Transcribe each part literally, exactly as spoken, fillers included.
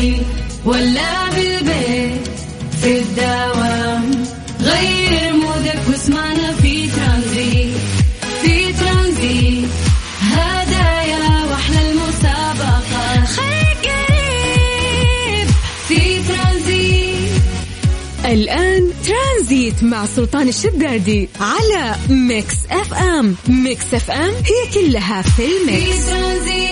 ترانزيت ولا بالبيت في الدوام، غير مودك واسمعنا في ترانزيت. في ترانزيت هدايا واحلى المسابقة، خليك قريب في ترانزيت. الآن ترانزيت مع سلطان الشدادي على ميكس اف ام. ميكس اف ام هي كلها في الميكس. في ترانزيت.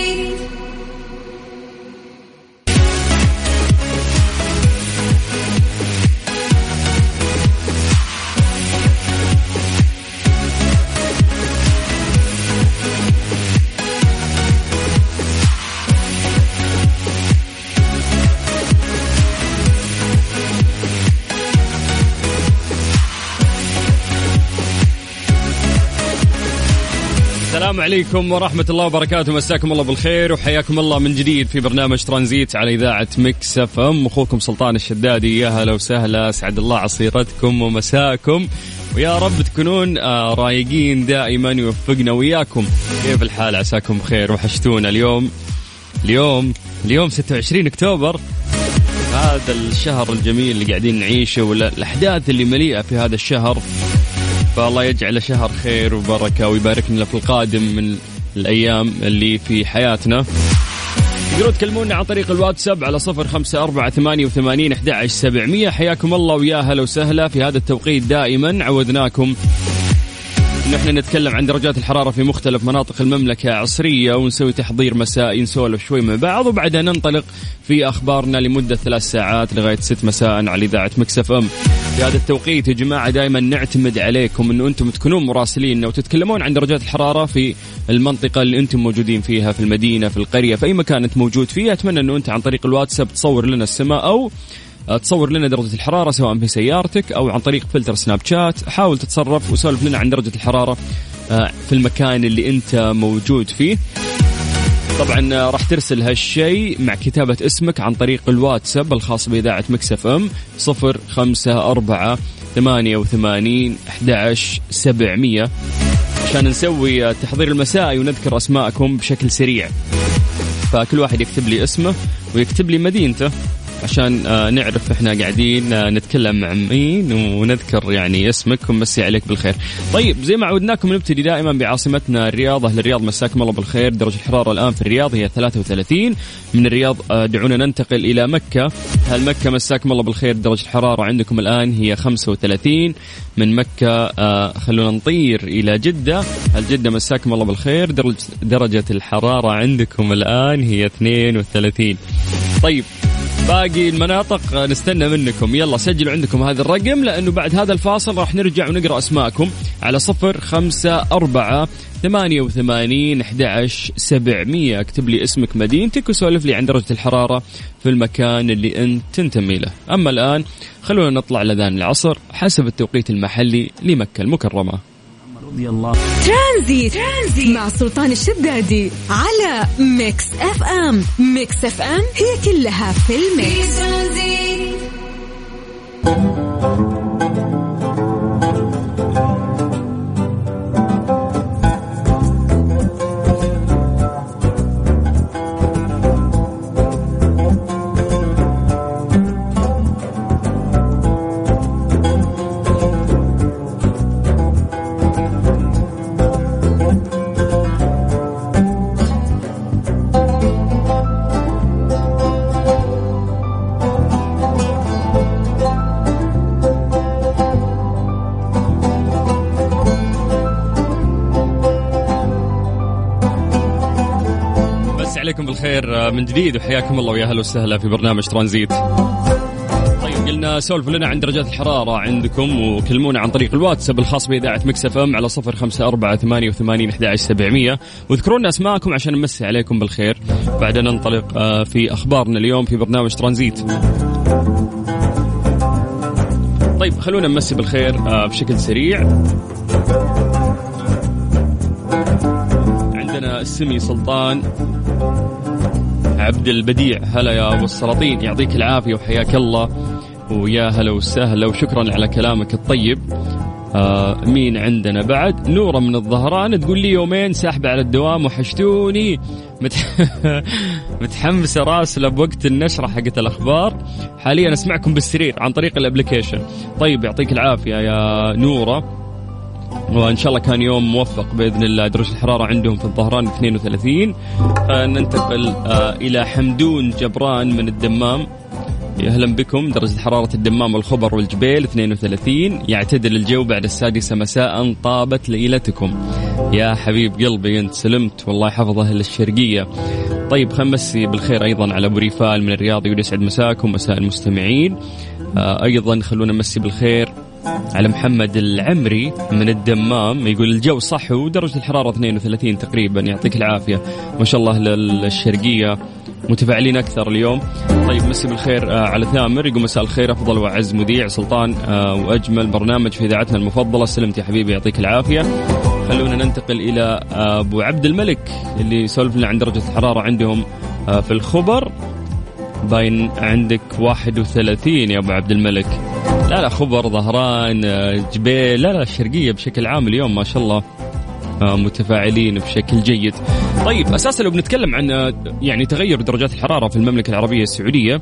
السلام عليكم ورحمة الله وبركاته، مساكم الله بالخير وحياكم الله من جديد في برنامج ترانزيت على إذاعة ميكس اف ام. أخوكم سلطان الشدادي، يا هلا وسهلا، سعد الله عصيرتكم ومساكم، ويا رب تكونون آه رايقين دائما يوفقنا وياكم. كيف الحال؟ عساكم بخير، وحشتونا. اليوم اليوم اليوم ستة وعشرين أكتوبر، هذا الشهر الجميل اللي قاعدين نعيشه والأحداث اللي مليئة في هذا الشهر، فالله يجعل شهر خير وبركة ويبارك لنا في القادم من الأيام اللي في حياتنا. تقدروا تكلمونا عن طريق الواتساب على صفر خمسة أربعة ثمانية وثمانين أحد عشر سبعمية. حياكم الله ويا هلا وسهلا. في هذا التوقيت دائما عودناكم نحن نتكلم عن درجات الحرارة في مختلف مناطق المملكة عصرية، ونسوي تحضير مسائي، نسولف شوي مع بعض، وبعدها ننطلق في أخبارنا لمدة ثلاث ساعات لغاية ست مساء على إذاعة ميكس اف ام. في هذا التوقيت يا جماعة دائما نعتمد عليكم أنه أنتم تكونون مراسلين وتتكلمون عن درجات الحرارة في المنطقة اللي أنتم موجودين فيها، في المدينة، في القرية، في أي مكان أنت موجود فيه. أتمنى أنه أنت عن طريق الواتساب تصور لنا السماء أو تصور لنا درجة الحرارة سواء في سيارتك أو عن طريق فلتر سناب شات. حاول تتصرف وسولف لنا عن درجة الحرارة في المكان اللي أنت موجود فيه. طبعا راح ترسل هالشيء مع كتابة اسمك عن طريق الواتساب الخاص بإذاعة ميكس اف ام صفر خمسة أربعة ثمانية وثمانين أحد عشر سبعمية عشان نسوي التحضير المسائي ونذكر أسماءكم بشكل سريع. فكل واحد يكتب لي اسمه ويكتب لي مدينته عشان نعرف احنا قاعدين نتكلم مع مين ونذكر يعني اسمك ومسي عليك بالخير. طيب زي ما عودناكم نبتدي دائما بعاصمتنا الرياض. أهل الرياض مساكم الله بالخير. درجة الحرارة الآن في الرياض هي ثلاثة وثلاثين. من الرياض دعونا ننتقل إلى مكة. أهل مكة مساكم الله بالخير. درجة الحرارة عندكم الآن هي خمسة وثلاثين. من مكة خلونا نطير إلى جدة. أهل جدة مساكم الله بالخير. درجة الحرارة عندكم الآن هي اثنين وثلاثين. طيب باقي المناطق نستنى منكم، يلا سجلوا عندكم هذا الرقم، لأنه بعد هذا الفاصل راح نرجع ونقرأ أسماءكم على صفر خمسة أربعة ثمانية وثمانين أحد عشر سبعمية. اكتب لي اسمك مدينتك وسولف لي عن درجة الحرارة في المكان اللي أنت تنتمي له. أما الآن خلونا نطلع لذان العصر حسب التوقيت المحلي لمكة المكرمة. ترانزيت. ترانزيت مع سلطان الشدادي على ميكس اف ام. ميكس اف ام هي كلها في الميكس. عليكم بالخير من جديد وحياكم الله ويا هلا وسهلا في برنامج ترانزيت. طيب قلنا سولفوا لنا عن درجات الحرارة عندكم وكلمونا عن طريق الواتساب الخاص بإذاعة ميكس اف ام على صفر خمسة أربعة ثمانية وثمانين أحد عشر سبعمية وذكرونا أسماءكم عشان نمسي عليكم بالخير. بعدين ننطلق في أخبارنا اليوم في برنامج ترانزيت. طيب خلونا نمسي بالخير بشكل سريع. عندنا السمي سلطان عبد البديع، هلا يا أبو السلاطين، يعطيك العافية وحياك الله ويا هلا وسهلا وشكرا على كلامك الطيب. آه مين عندنا بعد؟ نورة من الظهران تقول لي يومين ساحبة على الدوام وحشتوني، متح... متحمسة راسلة بوقت النشرة حقت الأخبار. حاليا أسمعكم بالسرير عن طريق الابليكيشن. طيب يعطيك العافية يا نورة، وإن شاء الله كان يوم موفق بإذن الله. درجة الحرارة عندهم في الظهران اثنين وثلاثين. آه ننتقل آه إلى حمدون جبران من الدمام. أهلا بكم. درجة حرارة الدمام والخبر والجبيل اثنين وثلاثين. يعتدل الجو بعد السادسة مساء. طابت ليلتكم يا حبيب قلبي، انت سلمت والله يحفظ أهل الشرقية. طيب خمسي بالخير أيضا على أبو ريفال من الرياض، يقول يسعد مساكم مساء المستمعين. آه أيضا خلونا نمسي بالخير على محمد العمري من الدمام، يقول الجو صح ودرجة الحرارة اثنين وثلاثين تقريبا. يعطيك العافية، ما شاء الله للشرقية متفاعلين أكثر اليوم. طيب مسي بالخير على ثامر، يقول مساء الخير أفضل وأعز مذيع سلطان وأجمل برنامج في إذاعتنا المفضلة. سلمت يا حبيبي، يعطيك العافية. خلونا ننتقل إلى أبو عبد الملك اللي سولف لنا عن درجة الحرارة عندهم في الخبر. باين عندك واحد وثلاثين يا أبو عبد الملك. لا لا خبر ظهران جبيل، لا لا الشرقية بشكل عام اليوم ما شاء الله متفاعلين بشكل جيد. طيب أساسا لو بنتكلم عن يعني تغير درجات الحرارة في المملكة العربية السعودية،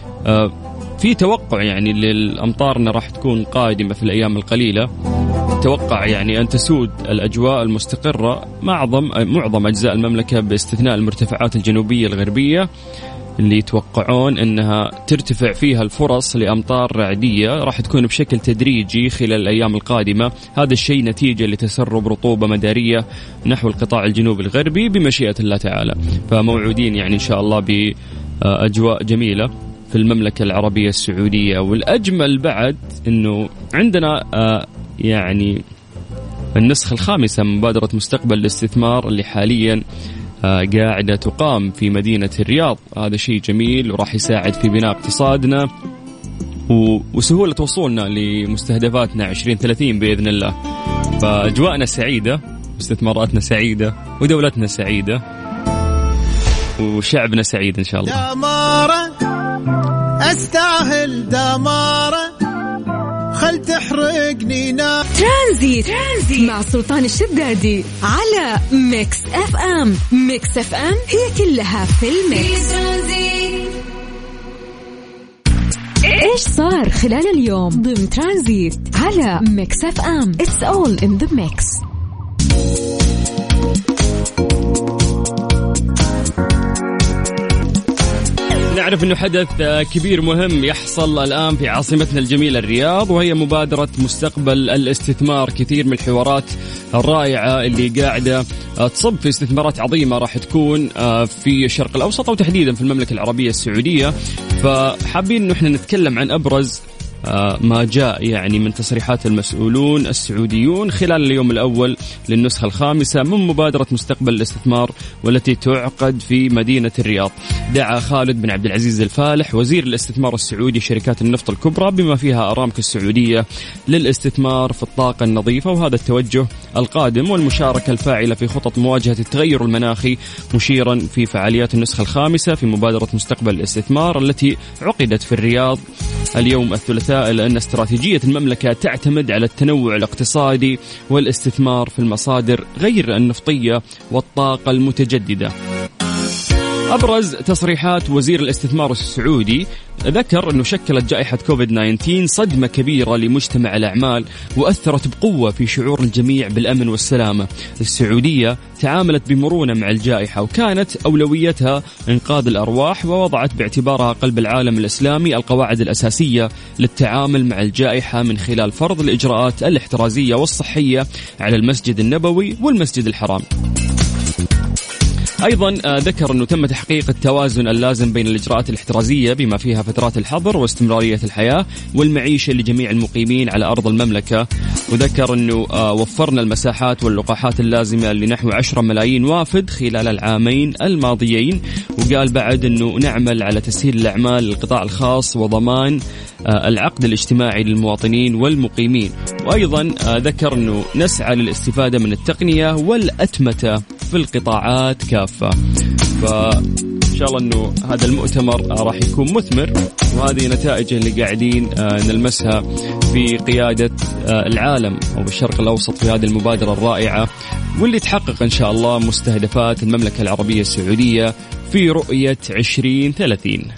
في توقع يعني للأمطار أنها راح تكون قادمة في الأيام القليلة. توقع يعني أن تسود الأجواء المستقرة معظم معظم أجزاء المملكة باستثناء المرتفعات الجنوبية الغربية اللي يتوقعون أنها ترتفع فيها الفرص لأمطار رعدية، راح تكون بشكل تدريجي خلال الأيام القادمة. هذا الشيء نتيجة لتسرب رطوبة مدارية نحو القطاع الجنوبي الغربي بمشيئة الله تعالى. فموعودين يعني إن شاء الله بأجواء جميلة في المملكة العربية السعودية. والأجمل بعد أنه عندنا يعني النسخة الخامسة من مبادرة مستقبل الاستثمار اللي حاليا قاعدة تقام في مدينة الرياض. هذا شيء جميل وراح يساعد في بناء اقتصادنا وسهولة وصولنا لمستهدفاتنا عشرين ثلاثين بإذن الله. فأجواءنا سعيدة، استثماراتنا سعيدة، ودولتنا سعيدة، وشعبنا سعيد إن شاء الله. دمارة أستاهل دمارة خل تحرقني نار. ترانزيت. ترانزيت مع سلطان الشدادي على ميكس اف ام. ميكس اف ام هي كلها في الميكس. ايش صار خلال اليوم ضمن ترانزيت على ميكس اف ام. It's all in the mix. نعرف أنه حدث كبير مهم يحصل الآن في عاصمتنا الجميلة الرياض، وهي مبادرة مستقبل الاستثمار. كثير من الحوارات الرائعة اللي قاعدة تصب في استثمارات عظيمة راح تكون في الشرق الأوسط وتحديدا في المملكة العربية السعودية. فحابين أنه احنا نتكلم عن أبرز ما جاء يعني من تصريحات المسؤولون السعوديون خلال اليوم الأول للنسخة الخامسة من مبادرة مستقبل الاستثمار والتي تعقد في مدينة الرياض. دعا خالد بن عبد العزيز الفالح وزير الاستثمار السعودي شركات النفط الكبرى بما فيها أرامكو السعودية للاستثمار في الطاقة النظيفة، وهذا التوجه القادم والمشاركة الفاعلة في خطط مواجهة التغير المناخي، مشيرا في فعاليات النسخة الخامسة في مبادرة مستقبل الاستثمار التي عقدت في الرياض اليوم الثلاثاء، لأن استراتيجية المملكة تعتمد على التنوع الاقتصادي والاستثمار في المصادر غير النفطية والطاقة المتجددة. أبرز تصريحات وزير الاستثمار السعودي ذكر أنه شكلت جائحة كوفيد تسعة عشر صدمة كبيرة لمجتمع الأعمال وأثرت بقوة في شعور الجميع بالأمن والسلامة. السعودية تعاملت بمرونة مع الجائحة وكانت أولويتها إنقاذ الأرواح، ووضعت باعتبارها قلب العالم الإسلامي القواعد الأساسية للتعامل مع الجائحة من خلال فرض الإجراءات الاحترازية والصحية على المسجد النبوي والمسجد الحرام. أيضا ذكر أنه تم تحقيق التوازن اللازم بين الإجراءات الاحترازية بما فيها فترات الحظر واستمرارية الحياة والمعيشة لجميع المقيمين على أرض المملكة، وذكر أنه وفرنا المساحات واللقاحات اللازمة لنحو عشرة ملايين وافد خلال العامين الماضيين، وقال بعد أنه نعمل على تسهيل الأعمال للقطاع الخاص وضمان العقد الاجتماعي للمواطنين والمقيمين. وأيضا ذكر أنه نسعى للاستفادة من التقنية والأتمتة في القطاعات كافة. فإن شاء الله أنه هذا المؤتمر راح يكون مثمر وهذه نتائج اللي قاعدين نلمسها في قيادة العالم أو الشرق الأوسط في هذه المبادرة الرائعة، واللي تحقق إن شاء الله مستهدفات المملكة العربية السعودية في رؤية عشرين ثلاثين.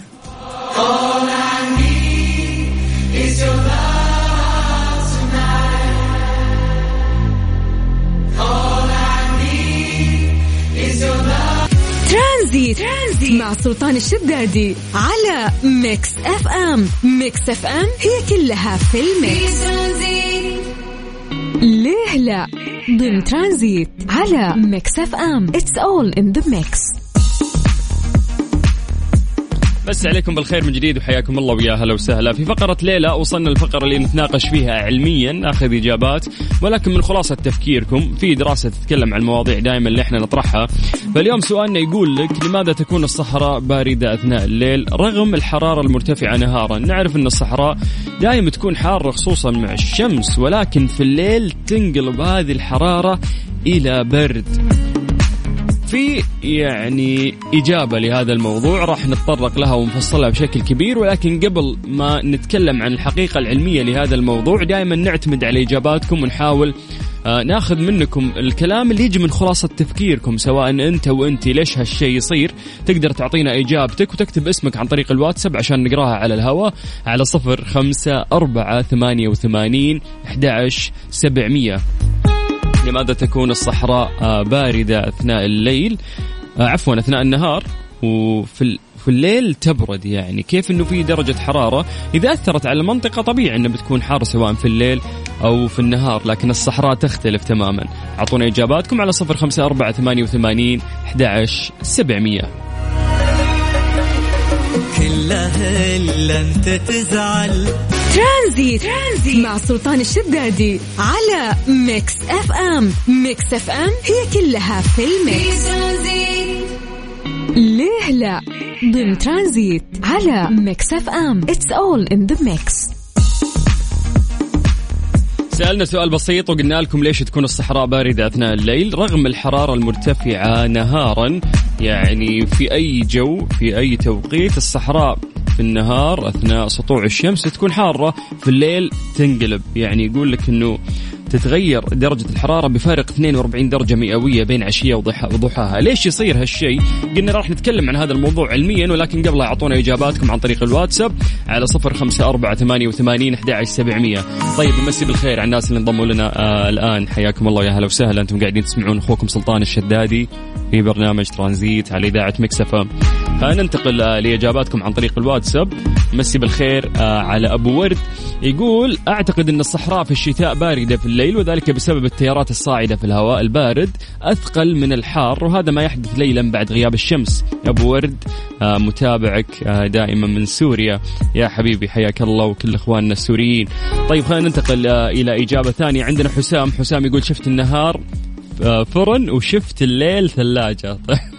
ترانزيت. ترانزيت مع سلطان الشدادي على ميكس اف ام. ميكس اف ام هي كلها في الميكس. ليه لا ضمن ترانزيت على ميكس اف ام. It's all in the mix. بس عليكم بالخير من جديد وحياكم الله ويا هلا وسهلا. في فقرة ليلة وصلنا الفقرة اللي نتناقش فيها علميا، ناخذ إجابات ولكن من خلاصة تفكيركم في دراسة تتكلم عن المواضيع دائما اللي احنا نطرحها. فاليوم سؤالنا يقول لك: لماذا تكون الصحراء باردة أثناء الليل رغم الحرارة المرتفعة نهارا؟ نعرف أن الصحراء دائما تكون حارة خصوصا مع الشمس، ولكن في الليل تنقلب هذه الحرارة إلى برد. في يعني إجابة لهذا الموضوع راح نتطرق لها ونفصلها بشكل كبير، ولكن قبل ما نتكلم عن الحقيقة العلمية لهذا الموضوع دائما نعتمد على إجاباتكم ونحاول آه ناخذ منكم الكلام اللي يجي من خلاصة تفكيركم، سواء أنت وأنت ليش هالشيء يصير. تقدر تعطينا إجابتك وتكتب اسمك عن طريق الواتساب عشان نقراها على الهواء على صفر خمسة أربعة ثمانية وثمانين أحد عشر سبعمية. لماذا تكون الصحراء باردة أثناء الليل عفوا أثناء النهار وفي في الليل تبرد؟ يعني كيف إنه في درجة حرارة إذا أثرت على المنطقة طبيعي إنه بتكون حار سواء في الليل أو في النهار، لكن الصحراء تختلف تماما. أعطونا إجاباتكم على صفر خمسة أربعة ثمانية وثمانين أحد عشر سبعمية. كلها إلا أنت تزعل. ترانزيت. ترانزيت مع سلطان الشدادي على ميكس اف ام. ميكس اف ام هي كلها في الميكس. ليه لا ضمن ترانزيت على ميكس اف ام. It's all in the mix. سألنا سؤال بسيط وقلنا لكم ليش تكون الصحراء باردة أثناء الليل رغم الحرارة المرتفعة نهارا. يعني في أي جو في أي توقيت الصحراء في النهار أثناء سطوع الشمس تكون حارة، في الليل تنقلب. يعني يقول لك أنه تتغير درجة الحرارة بفارق اثنين وأربعين درجة مئوية بين عشية وضحاها. ليش يصير هالشيء؟ قلنا راح نتكلم عن هذا الموضوع علميا، ولكن قبل أعطونا إجاباتكم عن طريق الواتساب على صفر خمسة أربعة ثمانية وثمانين أحد عشر سبعمية. طيب مسي بالخير على الناس اللي انضموا لنا آه الآن، حياكم الله يا هلا وسهلا. أنتم قاعدين تسمعون أخوكم سلطان الشدادي في برنامج ترانزيت على إذاعة ميكس اف ام. هننتقل آه لإجاباتكم عن طريق الواتساب. مسي بالخير آه على أبو ورد، يقول: أعتقد أن الصحراء في الشتاء باردة في الليل وذلك بسبب التيارات الصاعدة في الهواء البارد أثقل من الحار، وهذا ما يحدث ليلا بعد غياب الشمس. أبو ورد آه متابعك آه دائما من سوريا يا حبيبي، حياك الله وكل إخواننا السوريين. طيب خلينا ننتقل آه إلى إجابة ثانية. عندنا حسام. حسام يقول: شفت النهار فرن وشفت الليل ثلاجة.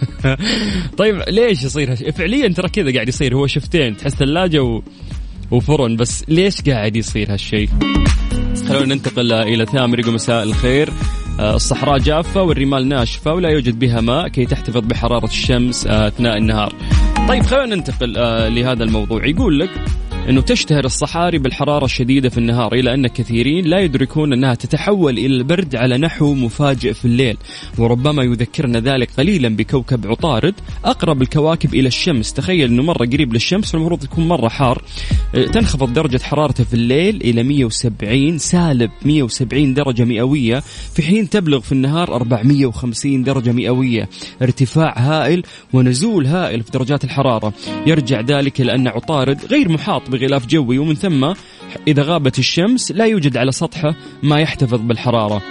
طيب ليش يصير هالشيء؟ فعليا ترى كذا قاعد يصير، هو شفتين، تحس ثلاجة و... وفرن، بس ليش قاعد يصير هالشيء؟ خلونا ننتقل إلى ثامر. يقول: مساء الخير، الصحراء جافة والرمال ناشفة ولا يوجد بها ماء كي تحتفظ بحرارة الشمس أثناء النهار. طيب خلونا ننتقل لهذا الموضوع. يقول لك أنه تشتهر الصحاري بالحرارة الشديدة في النهار، إلى أن كثيرين لا يدركون أنها تتحول إلى البرد على نحو مفاجئ في الليل، وربما يذكرنا ذلك قليلا بكوكب عطارد أقرب الكواكب إلى الشمس. تخيل أنه مرة قريب للشمس والمفروض يكون مرة حار. تنخفض درجة حرارته في الليل إلى مئة وسبعين سالب مئة وسبعين درجة مئوية، في حين تبلغ في النهار أربعمئة وخمسين درجة مئوية. ارتفاع هائل ونزول هائل في درجات الحرارة، يرجع ذلك لأن عطارد غير محاط بغلاف جوي، ومن ثم إذا غابت الشمس لا يوجد على سطحه ما يحتفظ بالحرارة.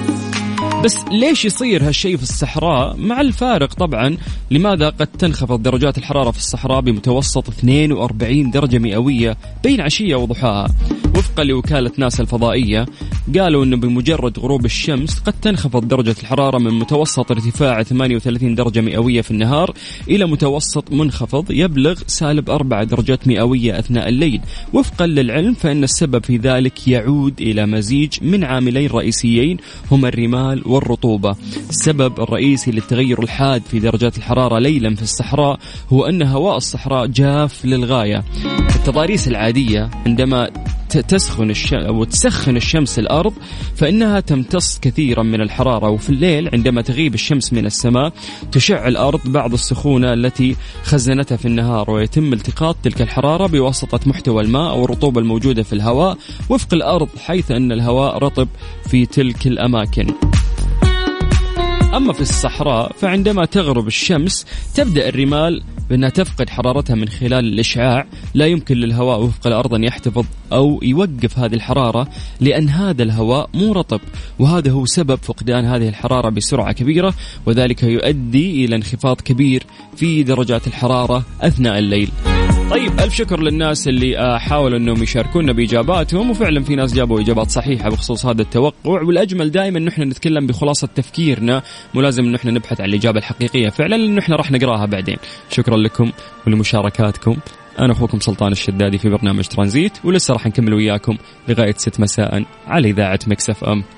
بس ليش يصير هالشيء في الصحراء مع الفارق طبعا؟ لماذا قد تنخفض درجات الحرارة في الصحراء بمتوسط اثنين وأربعين درجة مئوية بين عشية وضحاها؟ وفقا لوكالة ناسا الفضائية قالوا أنه بمجرد غروب الشمس قد تنخفض درجة الحرارة من متوسط ارتفاع ثمانية وثلاثين درجة مئوية في النهار إلى متوسط منخفض يبلغ سالب أربع درجات مئوية أثناء الليل. وفقا للعلم فإن السبب في ذلك يعود إلى مزيج من عاملين رئيسيين هما الرمال والرطوبة. السبب الرئيسي للتغير الحاد في درجات الحرارة ليلا في الصحراء هو أن هواء الصحراء جاف للغاية. التضاريس العادية عندما تسخن الشمس أو تسخن الشمس الأرض فإنها تمتص كثيرا من الحرارة، وفي الليل عندما تغيب الشمس من السماء تشع الأرض بعض السخونة التي خزنتها في النهار، ويتم التقاط تلك الحرارة بواسطة محتوى الماء أو الرطوبة الموجودة في الهواء وفق الأرض، حيث أن الهواء رطب في تلك الأماكن. أما في الصحراء فعندما تغرب الشمس تبدأ الرمال بأنها تفقد حرارتها من خلال الإشعاع، لا يمكن للهواء وفق الأرض أن يحتفظ أو يوقف هذه الحرارة لأن هذا الهواء مو رطب، وهذا هو سبب فقدان هذه الحرارة بسرعة كبيرة، وذلك يؤدي إلى انخفاض كبير في درجات الحرارة أثناء الليل. طيب ألف شكر للناس اللي حاولوا أنهم يشاركونا بإجاباتهم، وفعلا في ناس جابوا إجابات صحيحة بخصوص هذا التوقع، والأجمل دائما أنه احنا نتكلم بخلاصة تفكيرنا، مو لازم أنه احنا نبحث عن الإجابة الحقيقية فعلا، لأنه احنا راح نقراها بعدين. شكرا لكم ولمشاركاتكم. أنا أخوكم سلطان الشدادي في برنامج ترانزيت، ولسه راح نكمل وياكم لغاية ست مساء على إذاعة ميكس اف ام.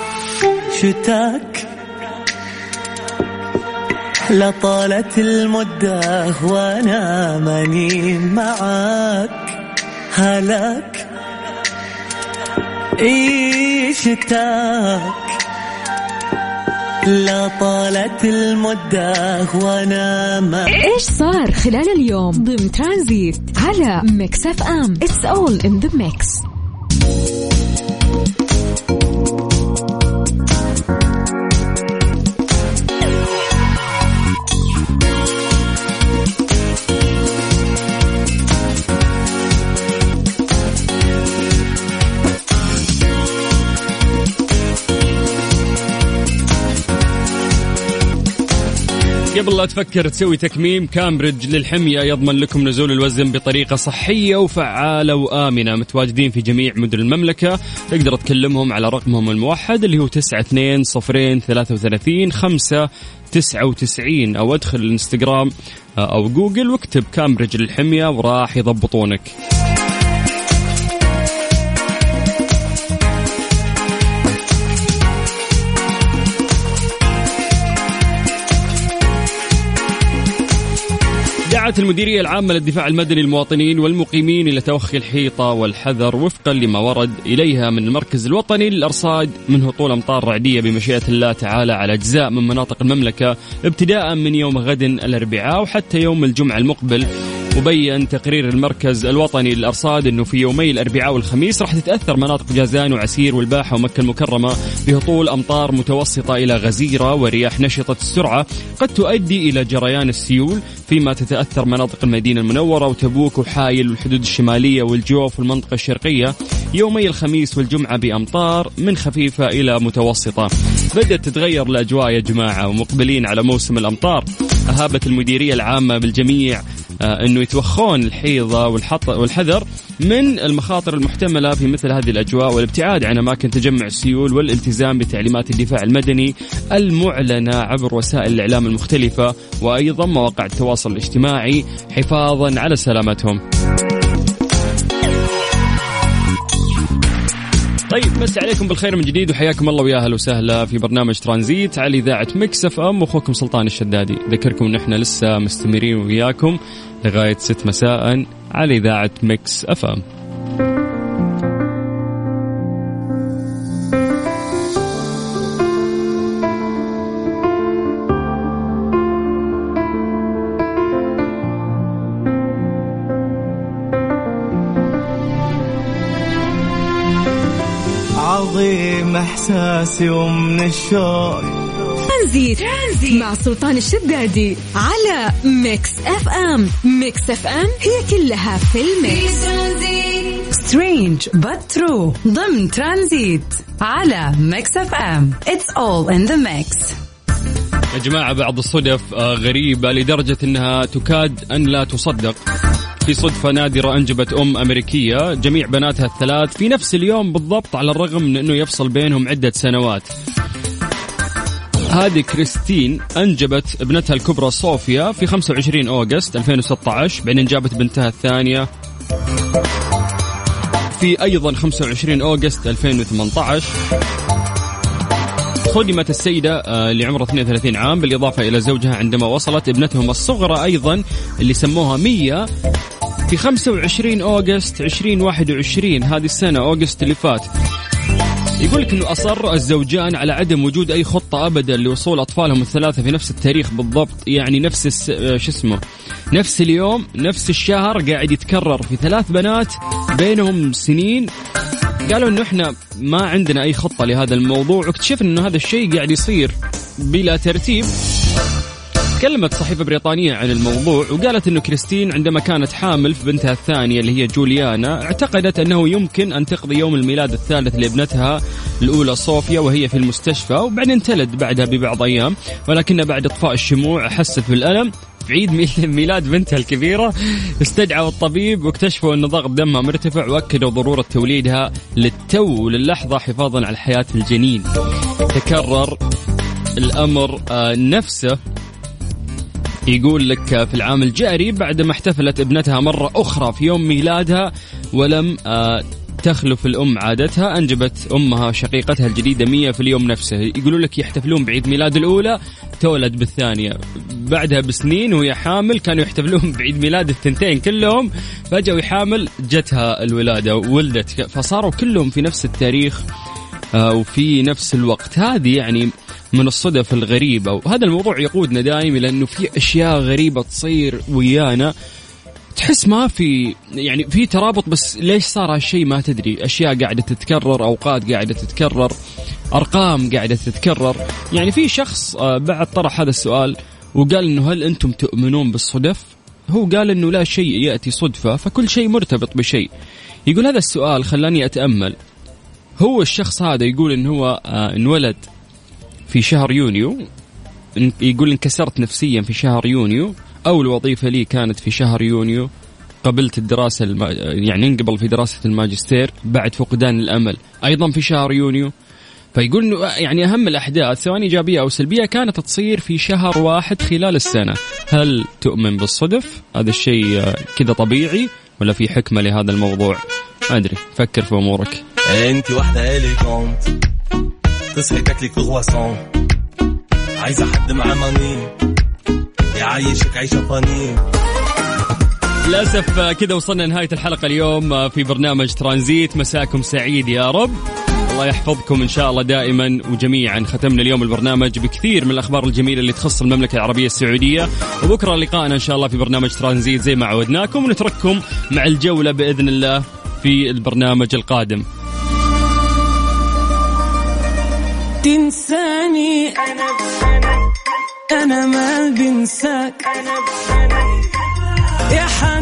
شتاك لطالت المدة وانا ماني معاك، هلاك ايشتاك لطالت المدة وانا ما. ايش صار خلال اليوم ضمن ترانزيت على ميكس اف ام. It's all in the mix. قبل لا تفكر تسوي تكميم، كامبريدج للحمية يضمن لكم نزول الوزن بطريقة صحية وفعالة وآمنة. متواجدين في جميع مدن المملكة، تقدر تكلمهم على رقمهم الموحد اللي هو تسعة اثنين صفرين ثلاثة وثلاثين خمسة تسعة وتسعين، أو أدخل الانستغرام أو جوجل واكتب كامبريدج للحمية وراح يضبطونك. دعت المديرية العامة للدفاع المدني المواطنين والمقيمين إلى توخي الحيطة والحذر وفقا لما ورد إليها من المركز الوطني للأرصاد من هطول أمطار رعدية بمشيئة الله تعالى على أجزاء من مناطق المملكة ابتداء من يوم غد الأربعاء وحتى يوم الجمعة المقبل. وبين تقرير المركز الوطني للأرصاد أنه في يومي الأربعاء والخميس راح تتأثر مناطق جازان وعسير والباحة ومكة المكرمة بهطول أمطار متوسطة إلى غزيرة ورياح نشطة السرعة قد تؤدي إلى جريان السيول، فيما تتأثر مناطق المدينة المنورة وتبوك وحايل والحدود الشمالية والجوف والمنطقة الشرقية يومي الخميس والجمعة بأمطار من خفيفة إلى متوسطة. بدأت تتغير الأجواء يا جماعة ومقبلين على موسم الأمطار. أهابت المديرية العامة بالجميع أنه يتوخون الحيضة والحذر من المخاطر المحتملة في مثل هذه الأجواء والابتعاد عن أماكن تجمع السيول والالتزام بتعليمات الدفاع المدني المعلنة عبر وسائل الإعلام المختلفة وأيضا مواقع التواصل الاجتماعي حفاظا على سلامتهم. طيب بس عليكم بالخير من جديد وحياكم الله ويا اهلا وسهلا في برنامج ترانزيت على إذاعة ميكس اف ام واخوكم سلطان الشدادي. ذكركم ان احنا لسه مستمرين وياكم لغاية ست مساء على إذاعة ميكس اف ام. عظيم إحساسي ومن الشوق. ترانزيت مع سلطان الشدادي على ميكس اف ام. ميكس اف ام هي كلها في الميكس. Strange but true ضمن ترانزيت على ميكس اف ام. It's all in the mix. يا جماعة بعض الصدف غريبة لدرجة أنها تكاد أن لا تصدق. في صدفة نادرة أنجبت أم أمريكية جميع بناتها الثلاث في نفس اليوم بالضبط، على الرغم من أنه يفصل بينهم عدة سنوات. هذه كريستين أنجبت ابنتها الكبرى صوفيا في خمسة وعشرين أغسطس ألفين وستة عشر، بعدين جابت بنتها الثانية في أيضا خمسة وعشرين أغسطس ألفين وثمانية عشر. خدمت السيدة اللي عمرها اثنين وثلاثين عام بالإضافة إلى زوجها عندما وصلت ابنتهم الصغرى أيضا اللي سموها مية في خمسة وعشرين أغسطس ألفين وواحد وعشرين، هذه السنة أغسطس اللي فات. يقولك أنه أصر الزوجان على عدم وجود أي خطة أبدا لوصول أطفالهم الثلاثة في نفس التاريخ بالضبط، يعني نفس شو اسمه نفس اليوم نفس الشهر، قاعد يتكرر في ثلاث بنات بينهم سنين. قالوا إنه إحنا ما عندنا أي خطة لهذا الموضوع، واكتشفنا إنه هذا الشيء قاعد يصير بلا ترتيب. تكلمت صحيفة بريطانية عن الموضوع وقالت إنه كريستين عندما كانت حامل في بنتها الثانية اللي هي جوليانا اعتقدت أنه يمكن أن تقضي يوم الميلاد الثالث لابنتها الأولى صوفيا وهي في المستشفى، وبعدين تلد بعدها ببعض أيام، ولكن بعد إطفاء الشموع حست بالألم في عيد ميلاد بنتها الكبيرة. استدعوا الطبيب واكتشفوا أن ضغط دمها مرتفع، وأكدوا ضرورة توليدها للتو للحظة حفاظا على حياة الجنين. تكرر الأمر نفسه يقول لك في العام الجاري بعدما احتفلت ابنتها مرة أخرى في يوم ميلادها ولم تخلف الأم عادتها، أنجبت أمها شقيقتها الجديدة مية في اليوم نفسه. يقولوا لك يحتفلون بعيد ميلاد الأولى تولد بالثانية، بعدها بسنين وهي حامل كانوا يحتفلون بعيد ميلاد الثنتين كلهم، فجأة وحامل جتها الولادة وولدت، فصاروا كلهم في نفس التاريخ وفي نفس الوقت. هذه يعني من الصدف الغريبة، وهذا الموضوع يقودنا دائما لأنه في أشياء غريبة تصير ويانا تحس ما في يعني في ترابط، بس ليش صار هالشيء ما تدري. أشياء قاعدة تتكرر، أوقات قاعدة تتكرر، أرقام قاعدة تتكرر. يعني في شخص بعد طرح هذا السؤال وقال إنه هل أنتم تؤمنون بالصدف؟ هو قال إنه لا شيء يأتي صدفة، فكل شيء مرتبط بشيء. يقول هذا السؤال خلاني أتأمل. هو الشخص هذا يقول إنه هو انولد في شهر يونيو، يقول انكسرت نفسيا في شهر يونيو، أول وظيفة لي كانت في شهر يونيو، قبلت الدراسة الم... يعني انقبل في دراسة الماجستير بعد فقدان الأمل أيضا في شهر يونيو. فيقول إنه يعني أهم الأحداث سواء إيجابية أو سلبية كانت تصير في شهر واحد خلال السنة. هل تؤمن بالصدف؟ هذا الشيء كذا طبيعي ولا في حكمة لهذا الموضوع؟ ما أدري، فكر في أمورك. أنت واحدة إليغانت تصحي تاكلي كرواسون، عايزة حد مع ماني يعيشك عيشة فاني. للأسف كذا وصلنا نهاية الحلقة اليوم في برنامج ترانزيت. مساكم سعيد يا رب، الله يحفظكم إن شاء الله دائما وجميعا. ختمنا اليوم البرنامج بكثير من الأخبار الجميلة اللي تخص المملكة العربية السعودية، وبكرة لقاءنا إن شاء الله في برنامج ترانزيت زي ما عودناكم، ونترككم مع الجولة بإذن الله في البرنامج القادم. تنساني أنا أنا ما بنساك يا حبيبي.